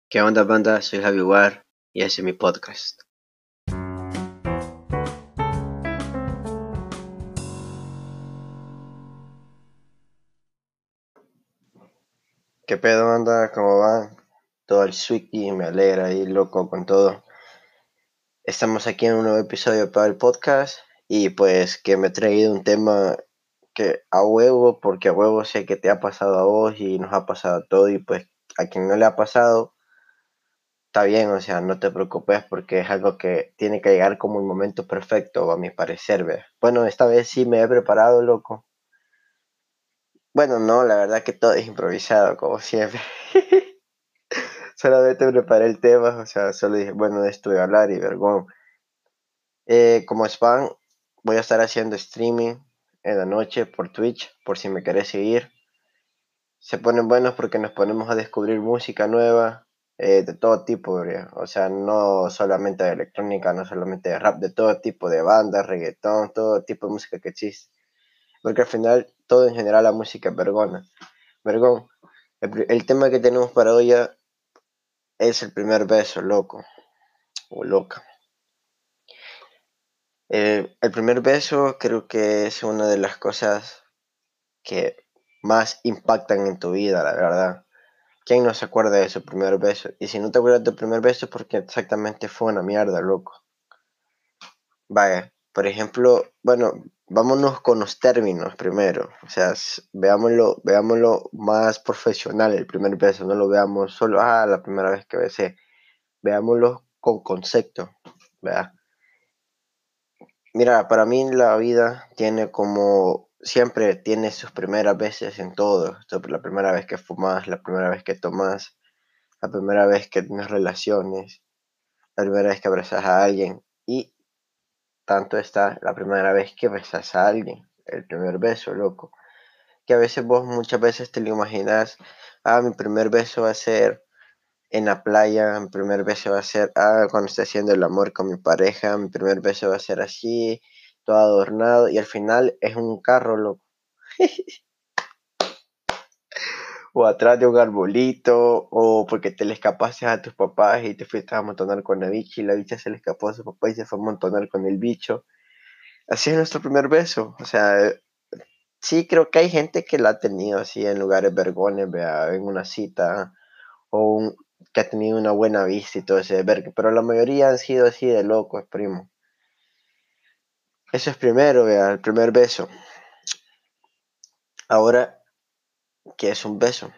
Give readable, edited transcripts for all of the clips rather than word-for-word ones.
¿Qué onda, banda? Soy Javi War y ese es mi podcast. ¿Qué pedo, banda? ¿Cómo va? Todo el Swiki, me alegra y loco con todo. Estamos aquí en un nuevo episodio para el podcast y pues que me he traído un tema que a huevo, porque a huevo sé que te ha pasado a vos y nos ha pasado a todos y pues a quien no le ha pasado, está bien, o sea, no te preocupes porque es algo que tiene que llegar como el momento perfecto, a mi parecer, ¿ves? Bueno, esta vez sí me he preparado, loco. Bueno, no, la verdad que todo es improvisado, como siempre. Solamente preparé el tema, o sea, solo dije, bueno, de esto voy a hablar y vergón. Como spam, voy a estar haciendo streaming en la noche por Twitch, por si me querés seguir. Se ponen buenos porque nos ponemos a descubrir música nueva, de todo tipo, ¿verdad? O sea, no solamente de electrónica, no solamente de rap, de todo tipo de bandas, reggaetón, todo tipo de música que existe. Porque al final, todo en general, la música es vergona. Vergón. El tema que tenemos para hoy es el primer beso, loco, o loca. El primer beso creo que es una de las cosas que más impactan en tu vida, la verdad. ¿Quién no se acuerda de su primer beso? Y si no te acuerdas de tu primer beso es porque exactamente fue una mierda, loco. Vaya, por ejemplo, bueno, vámonos con los términos primero. O sea, veámoslo más profesional, el primer beso. No lo veamos solo, la primera vez que besé. Veámoslo con concepto, ¿verdad? Mira, para mí la vida tiene como, siempre tiene sus primeras veces en todo. La primera vez que fumas, la primera vez que tomas, la primera vez que tienes relaciones, la primera vez que abrazas a alguien. Y tanto está la primera vez que besas a alguien, el primer beso, loco. Que a veces vos muchas veces te lo imaginas, mi primer beso va a ser en la playa, mi primer beso va a ser cuando esté haciendo el amor con mi pareja, mi primer beso va a ser así, todo adornado, y al final es un carro, loco, o atrás de un arbolito, o porque te le escapaste a tus papás y te fuiste a amontonar con la bicha y la bicha se le escapó a su papá y se fue a amontonar con el bicho. Así es nuestro primer beso, o sea, sí creo que hay gente que la ha tenido así en lugares vergones, vea, en una cita, que ha tenido una buena vista y todo ese verga, pero la mayoría han sido así de locos, primo. Eso es primero, vea, el primer beso. Ahora, ¿qué es un beso?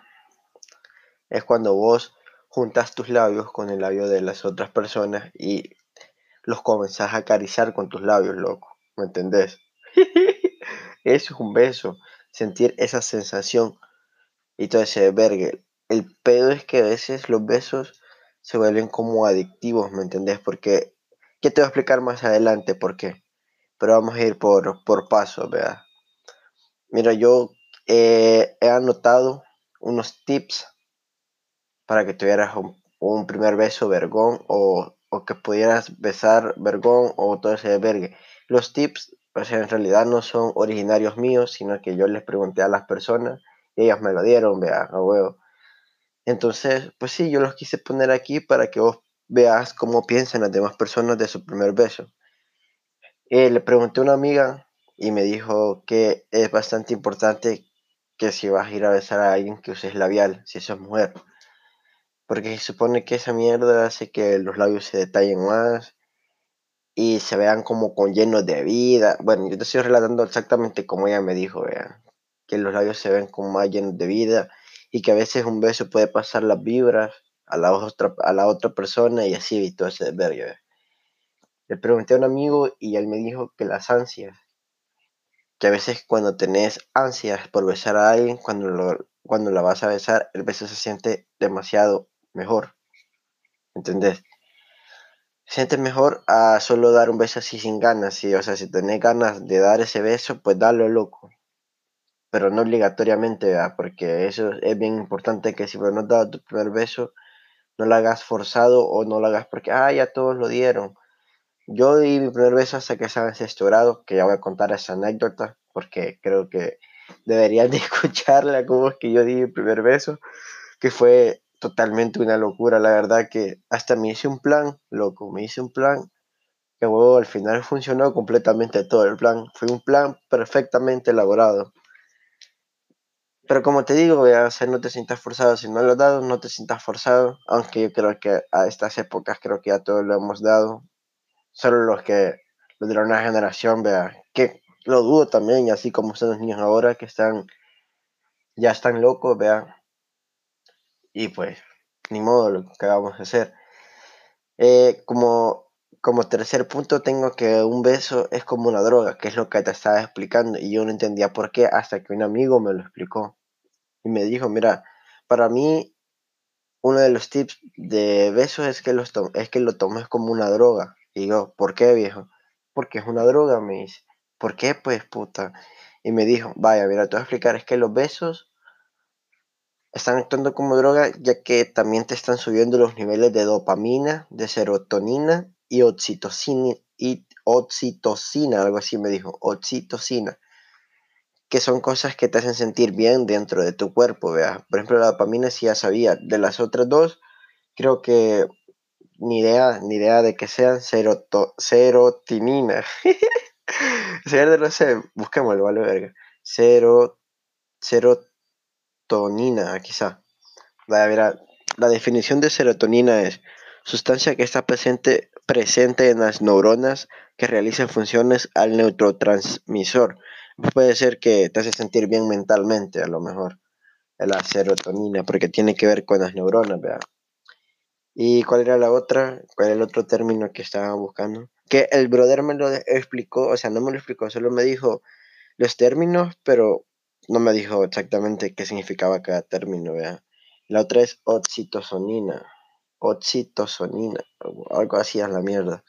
Es cuando vos juntas tus labios con el labio de las otras personas y los comenzás a acariciar con tus labios, loco. ¿Me entendés? Eso es un beso. Sentir esa sensación y todo ese vergue. El pedo es que a veces los besos se vuelven como adictivos, ¿me entendés? Porque, ¿qué te voy a explicar más adelante por qué? Pero vamos a ir por pasos, ¿verdad? Mira, yo he anotado unos tips para que tuvieras un primer beso vergón o que pudieras besar vergón o todo ese vergue. Los tips, o sea, en realidad no son originarios míos, sino que yo les pregunté a las personas y ellas me lo dieron, vea, a huevo. Entonces, pues sí, yo los quise poner aquí para que vos veas cómo piensan las demás personas de su primer beso. Le pregunté a una amiga y me dijo que es bastante importante que si vas a ir a besar a alguien que uses labial, si sos mujer. Porque se supone que esa mierda hace que los labios se detallen más y se vean como con llenos de vida. Bueno, yo te estoy relatando exactamente como ella me dijo, vea, que los labios se ven como más llenos de vida y que a veces un beso puede pasar las vibras a la otra persona y así y todo ese verga. Le pregunté a un amigo y él me dijo que las ansias, que a veces cuando tenés ansias por besar a alguien, cuando la vas a besar, el beso se siente demasiado mejor, ¿entendés? Se siente mejor a solo dar un beso así sin ganas, sí, o sea, si tenés ganas de dar ese beso, pues dalo, loco, pero no obligatoriamente, ¿verdad? Porque eso es bien importante que si vos no has dado tu primer beso, no lo hagas forzado o no lo hagas porque, ya todos lo dieron. Yo di mi primer beso hasta que estaba en sexto grado, que ya voy a contar esa anécdota, porque creo que deberían de escucharla, como es que yo di mi primer beso, que fue totalmente una locura, la verdad que hasta me hice un plan, loco, me hice un plan que huevo, al final funcionó completamente todo el plan. Fue un plan perfectamente elaborado. Pero como te digo, ya, o sea, no te sientas forzado. Si no lo has dado, no te sientas forzado. Aunque yo creo que a estas épocas creo que ya todos lo hemos dado. Solo los de la nueva generación, vea, que lo dudo también, y así como son los niños ahora que ya están locos, vea. Y pues, ni modo lo que vamos a hacer. Como tercer punto tengo que un beso es como una droga, que es lo que te estaba explicando, y yo no entendía por qué hasta que un amigo me lo explicó y me dijo, mira, para mí uno de los tips de besos es que, es que lo tomes como una droga. Y yo, ¿por qué, viejo? Porque es una droga, me dice. ¿Por qué? Pues puta. Y me dijo, vaya, mira, te voy a explicar, es que los besos están actuando como droga ya que también te están subiendo los niveles de dopamina, de serotonina y oxitocina, algo así me dijo, oxitocina, que son cosas que te hacen sentir bien dentro de tu cuerpo, vea. Por ejemplo, la dopamina sí ya sabía, de las otras dos, creo que ni idea de que sean serotinina. Si no lo sé, busquémoslo, vale verga. Serotonina, quizá. Vaya, mira, la definición de serotonina es sustancia que está presente en las neuronas que realizan funciones al neurotransmisor. Puede ser que te hace sentir bien mentalmente, a lo mejor, la serotonina, porque tiene que ver con las neuronas, ¿verdad? ¿Y cuál era la otra? ¿Cuál era el otro término que estaba buscando? Que el brother me lo explicó, o sea, no me lo explicó, solo me dijo los términos, pero no me dijo exactamente qué significaba cada término, ¿verdad? La otra es oxitocina, algo así es la mierda.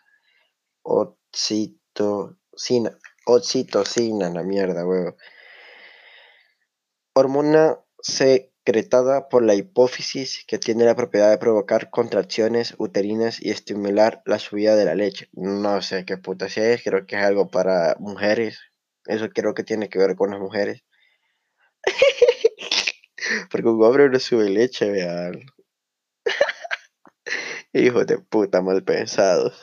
Oxitocina, oxitocina, la mierda, huevo. Hormona secretada por la hipófisis que tiene la propiedad de provocar contracciones uterinas y estimular la subida de la leche. No sé qué puta sea, creo que es algo para mujeres. Eso creo que tiene que ver con las mujeres. Porque un hombre no sube leche, vean. Hijos de puta mal pensados.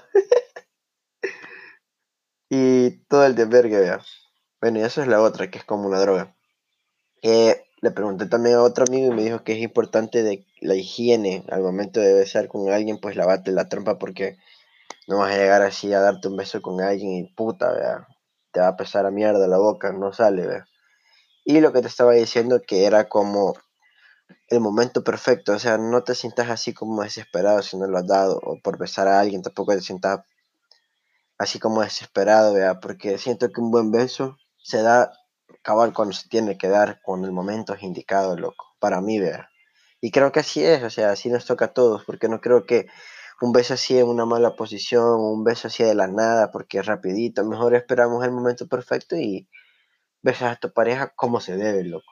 Y todo el desvergue, vean. Bueno, y eso es la otra, que es como una droga. Le pregunté también a otro amigo y me dijo que es importante de la higiene al momento de besar con alguien, pues lavarte la trompa porque no vas a llegar así a darte un beso con alguien y puta, vea, te va a pesar a mierda la boca, no sale, vea. Y lo que te estaba diciendo que era como el momento perfecto, o sea, no te sientas así como desesperado si no lo has dado, o por besar a alguien tampoco te sientas así como desesperado, vea, porque siento que un buen beso se da cabal cuando se tiene que dar, cuando el momento es indicado, loco, para mí, vea. Y creo que así es, o sea, así nos toca a todos, porque no creo que un beso así en una mala posición, un beso así de la nada, porque es rapidito, mejor esperamos el momento perfecto y besas a tu pareja como se debe, loco.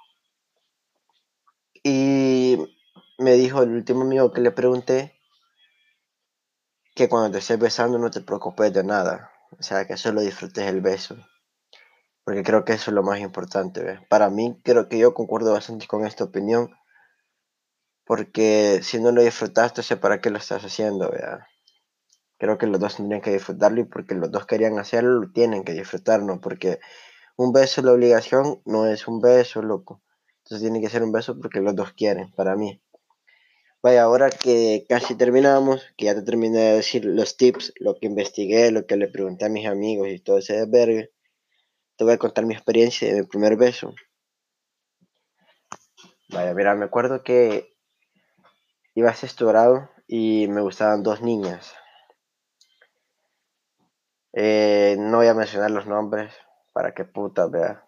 Y me dijo el último amigo que le pregunté que cuando te estés besando no te preocupes de nada, o sea, que solo disfrutes el beso, porque creo que eso es lo más importante, ¿ves? Para mí, creo que yo concuerdo bastante con esta opinión, porque si no lo disfrutaste, sé para qué lo estás haciendo, ¿verdad? Creo que los dos tendrían que disfrutarlo y porque los dos querían hacerlo, lo tienen que disfrutar, ¿no? Porque un beso, la obligación, no es un beso, loco. Entonces tiene que ser un beso porque los dos quieren, para mí. Vaya, ahora que casi terminamos, que ya te terminé de decir los tips, lo que investigué, lo que le pregunté a mis amigos y todo ese desvergue, te voy a contar mi experiencia de mi primer beso. Vaya, mira, me acuerdo que iba a sexto grado y me gustaban dos niñas. No voy a mencionar los nombres para que puta vea.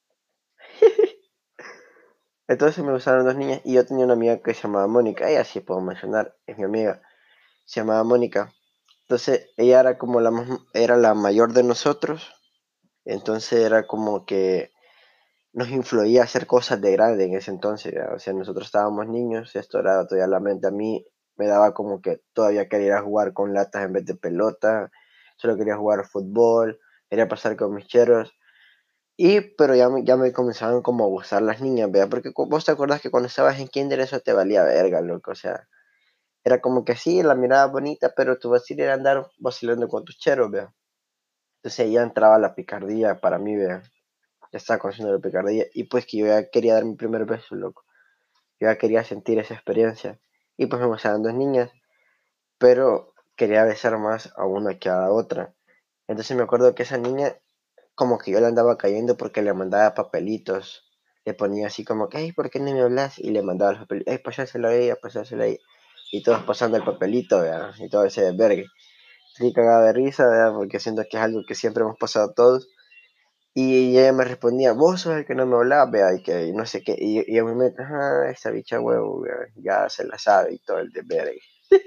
Entonces me gustaron dos niñas y yo tenía una amiga que se llamaba Mónica. Ella sí puedo mencionar, es mi amiga. Se llamaba Mónica. Entonces ella era como era la mayor de nosotros. Entonces era como que nos influía a hacer cosas de grande en ese entonces, ¿ya? O sea, nosotros estábamos niños, esto era todavía la mente a mí, me daba como que todavía quería ir a jugar con latas en vez de pelota, solo quería jugar fútbol, quería pasar con mis cheros, Pero ya me comenzaban como a gustar las niñas, ¿vea? Porque vos te acuerdas que cuando estabas en kinder eso te valía verga, loco, o sea, era como que sí, la mirada bonita, pero tu vacilo era andar vacilando con tus cheros, ¿vea? Entonces ya entraba la picardía para mí, ¿vea? Ya estaba conociendo la picardía, y pues que yo ya quería dar mi primer beso, loco, yo ya quería sentir esa experiencia, y pues me gustaban dos niñas, pero quería besar más a una que a la otra. Entonces me acuerdo que esa niña como que yo le andaba cayendo porque le mandaba papelitos. Le ponía así como que, hey, ¿por qué no me hablas? Y le mandaba los papelitos, hey, pasáselo a ella, pasáselo a ella. Y todos pasando el papelito, ¿verdad? Y todo ese desvergue. Estoy cagada de risa, ¿verdad? Porque siento que es algo que siempre hemos pasado todos. Y ella me respondía, vos sos el que no me hablás, vea, y que y no sé qué. Y a mí me, ajá, esta bicha huevo, vea, ya se la sabe y todo el desvergue.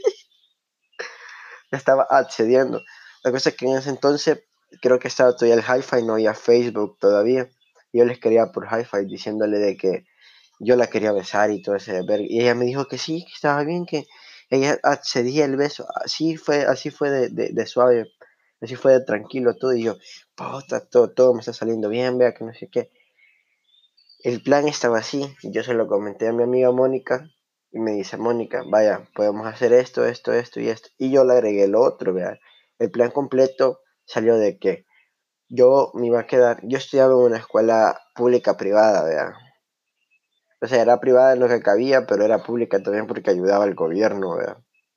Ya estaba accediendo. La cosa es que en ese entonces creo que estaba todavía el hi-fi, no había Facebook todavía. Y yo les quería por hi-fi diciéndole de que yo la quería besar y todo ese ver. Y ella me dijo que sí, que estaba bien, que ella accedía el beso. Así fue de suave, así fue de tranquilo todo. Y yo, puta, todo me está saliendo bien, vea que no sé qué. El plan estaba así, y yo se lo comenté a mi amiga Mónica, y me dice, Mónica, vaya, podemos hacer esto y esto. Y yo le agregué lo otro, vea. El plan completo salió de que yo me iba a quedar, yo estudiaba en una escuela pública privada, vea. O sea, era privada en lo que cabía, pero era pública también porque ayudaba al gobierno, vea.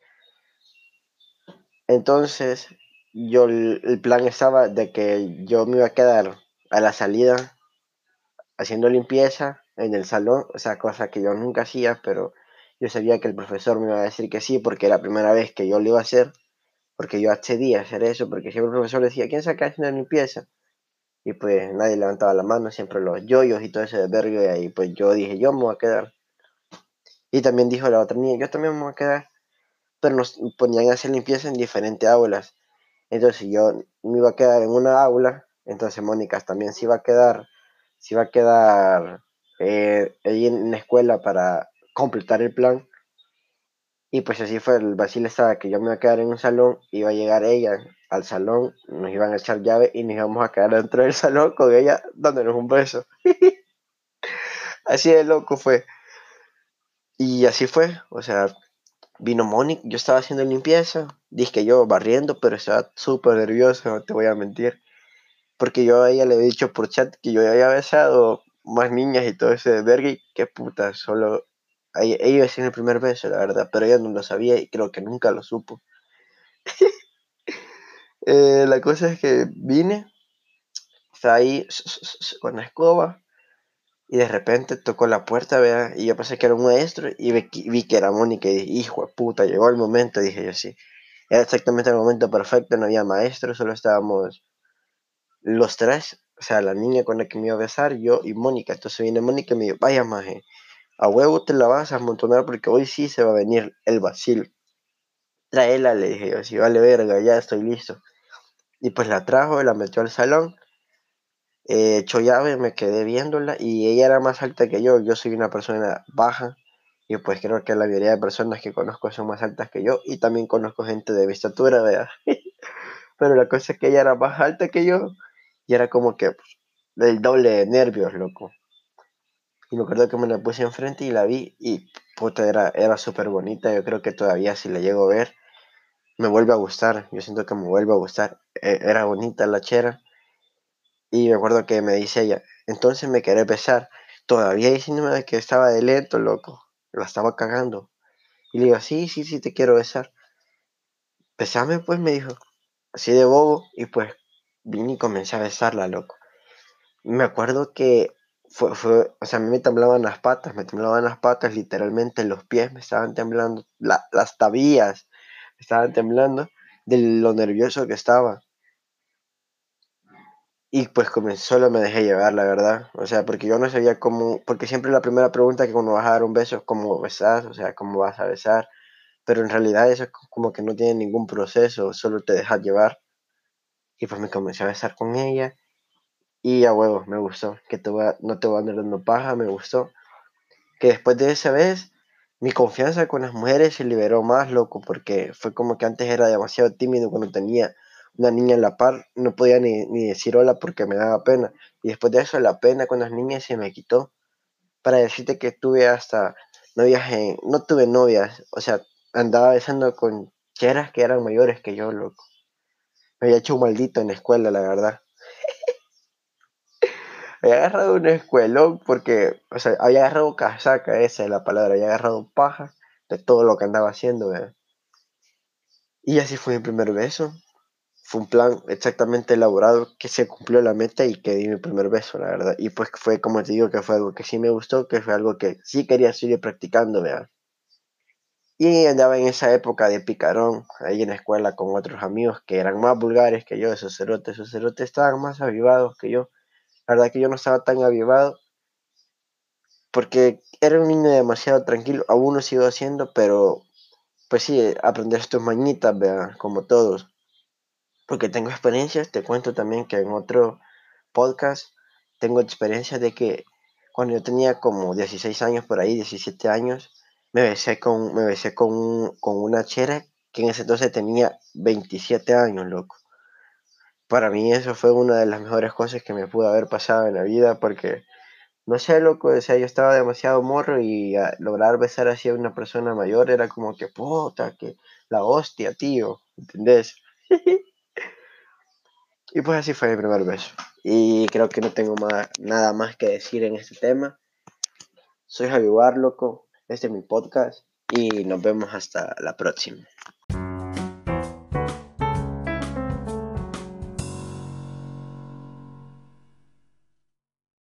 Entonces, el plan estaba de que yo me iba a quedar a la salida haciendo limpieza en el salón, o sea, cosa que yo nunca hacía, pero yo sabía que el profesor me iba a decir que sí, porque era la primera vez que yo lo iba a hacer, porque yo accedía a hacer eso, porque siempre el profesor decía, ¿quién se acá haciendo limpieza? Y pues nadie levantaba la mano, siempre los yoyos y todo ese desvergue, y ahí pues yo dije, yo me voy a quedar. Y también dijo la otra niña, yo también me voy a quedar, pero nos ponían a hacer limpieza en diferentes aulas. Entonces yo me iba a quedar en una aula, entonces Mónica también se iba a quedar ahí en la escuela para completar el plan. Y pues así fue, el vacilo estaba que yo me iba a quedar en un salón, iba a llegar ella al salón, nos iban a echar llave y nos íbamos a quedar dentro del salón con ella dándonos un beso. Así de loco fue. Y así fue, o sea, vino Mónica, yo estaba haciendo limpieza, dije que yo barriendo, pero estaba súper nervioso, no te voy a mentir. Porque yo a ella le había dicho por chat que yo ya había besado más niñas y todo ese verga y qué puta, solo ella iba a ser el primer beso, la verdad, pero ella no lo sabía y creo que nunca lo supo. La cosa es que vine, estaba ahí con la escoba y de repente tocó la puerta, vea, y yo pensé que era un maestro y vi que era Mónica y dije, hijo de puta, llegó el momento, dije yo sí. Era exactamente el momento perfecto, no había maestro, solo estábamos los tres, o sea, la niña con la que me iba a besar, yo y Mónica. Entonces viene Mónica y me dijo, vaya maje, a huevo te la vas a amontonar porque hoy sí se va a venir el vacil. Tráela, le dije yo, si vale verga, ya estoy listo. Y pues la trajo, la metió al salón, echó llave, me quedé viéndola y ella era más alta que yo soy una persona baja y pues creo que la mayoría de personas que conozco son más altas que yo y también conozco gente de mi estatura, ¿verdad? Pero la cosa es que ella era más alta que yo y era como que pues, el doble de nervios, loco. Y me acuerdo que me la puse enfrente y la vi y puta, era súper bonita. Yo creo que todavía si la llego a ver, me vuelve a gustar. Yo siento que me vuelve a gustar. Era bonita la chera. Y me acuerdo que me dice ella, entonces me querés besar. Todavía diciéndome de que estaba de lento, loco. La estaba cagando. Y le digo, sí, te quiero besar. Besame pues, me dijo. Así de bobo. Y pues vine y comencé a besarla, loco. Me acuerdo que o sea, a mí me temblaban las patas, literalmente los pies me estaban temblando, las tabillas me estaban temblando de lo nervioso que estaba. Y pues solo me dejé llevar, la verdad. O sea, porque yo no sabía cómo, porque siempre la primera pregunta que cuando vas a dar un beso es cómo besas, o sea, cómo vas a besar. Pero en realidad eso es como que no tiene ningún proceso, solo te dejas llevar. Y pues me comencé a besar con ella. Y a huevo, me gustó. No te voy a andar dando paja, me gustó. Que después de esa vez, mi confianza con las mujeres se liberó más, loco, porque fue como que antes era demasiado tímido cuando tenía una niña en la par, no podía ni decir hola porque me daba pena. Y después de eso, la pena con las niñas se me quitó. Para decirte que tuve hasta novias no tuve novias, o sea, andaba besando con cheras que eran mayores que yo, loco. Me había hecho un maldito en la escuela, la verdad. Había agarrado un escuelón porque, o sea, había agarrado casaca, esa es la palabra, había agarrado paja de todo lo que andaba haciendo, ¿verdad? Y así fue mi primer beso. Fue un plan exactamente elaborado que se cumplió la meta y que di mi primer beso, la verdad. Y pues fue como te digo, que fue algo que sí me gustó, que fue algo que sí quería seguir practicando, ¿verdad? Y andaba en esa época de picarón, ahí en la escuela con otros amigos que eran más vulgares que yo, esos cerotes estaban más avivados que yo. La verdad que yo no estaba tan avivado porque era un niño demasiado tranquilo, aún lo sigo haciendo, pero pues sí, aprender tus mañitas, ¿verdad? Como todos. Porque tengo experiencias, te cuento también que en otro podcast tengo experiencias de que cuando yo tenía como 16 años por ahí, 17 años, me besé con una chera que en ese entonces tenía 27 años, loco. Para mí eso fue una de las mejores cosas que me pudo haber pasado en la vida porque, no sé, loco, o sea, yo estaba demasiado morro y lograr besar así a una persona mayor era como que, puta, que la hostia, tío, ¿entendés? Y pues así fue mi primer beso. Y creo que no tengo nada más que decir en este tema. Soy Javi Bar, loco. Este es mi podcast. Y nos vemos hasta la próxima.